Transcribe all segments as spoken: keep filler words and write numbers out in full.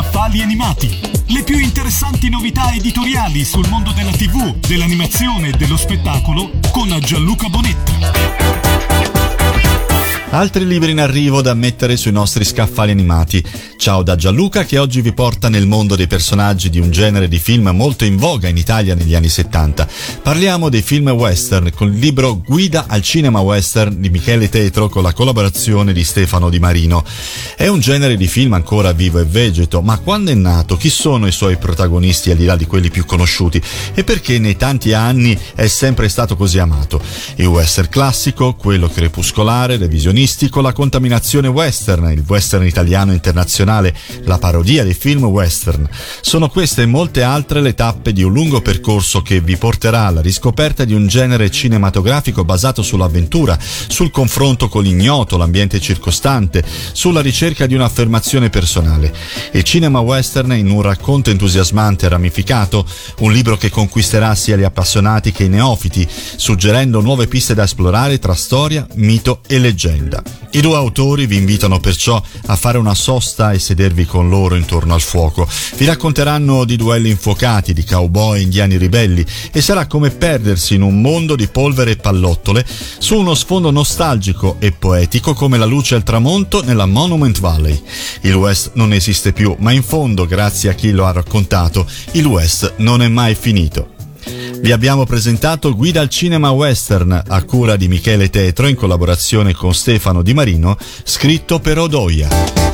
Scaffali animati. Le più interessanti novità editoriali sul mondo della tivù, dell'animazione e dello spettacolo con Gianluca Bonetta. Altri libri in arrivo da mettere sui nostri scaffali animati. Ciao da Gianluca, che oggi vi porta nel mondo dei personaggi di un genere di film molto in voga in Italia negli anni settanta. Parliamo dei film western con il libro Guida al cinema western di Michele Tetro con la collaborazione di Stefano Di Marino. È un genere di film ancora vivo e vegeto, ma quando è nato, chi sono i suoi protagonisti al di là di quelli più conosciuti e perché nei tanti anni è sempre stato così amato? Il western classico, quello crepuscolare, revisionistico, la contaminazione western, il western italiano internazionale, la parodia dei film western. Sono queste e molte altre le tappe di un lungo percorso che vi porterà alla riscoperta di un genere cinematografico basato sull'avventura, sul confronto con l'ignoto, l'ambiente circostante, sulla ricerca di un'affermazione personale. Il cinema western in un racconto entusiasmante e ramificato, un libro che conquisterà sia gli appassionati che i neofiti, suggerendo nuove piste da esplorare tra storia, mito e leggenda. I due autori vi invitano perciò a fare una sosta e sedervi con loro intorno al fuoco. Vi racconteranno di duelli infuocati, di cowboy e indiani ribelli, e sarà come perdersi in un mondo di polvere e pallottole su uno sfondo nostalgico e poetico come la luce al tramonto nella Monument Valley. Il West non esiste più, ma in fondo, grazie a chi lo ha raccontato, il West non è mai finito. Vi abbiamo presentato Guida al cinema western a cura di Michele Tetro in collaborazione con Stefano Di Marino, scritto per Odoia.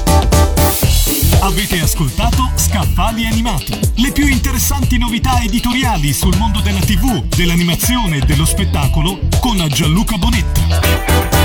Avete ascoltato Scaffali animati, le più interessanti novità editoriali sul mondo della tivù, dell'animazione e dello spettacolo con Gianluca Bonetta.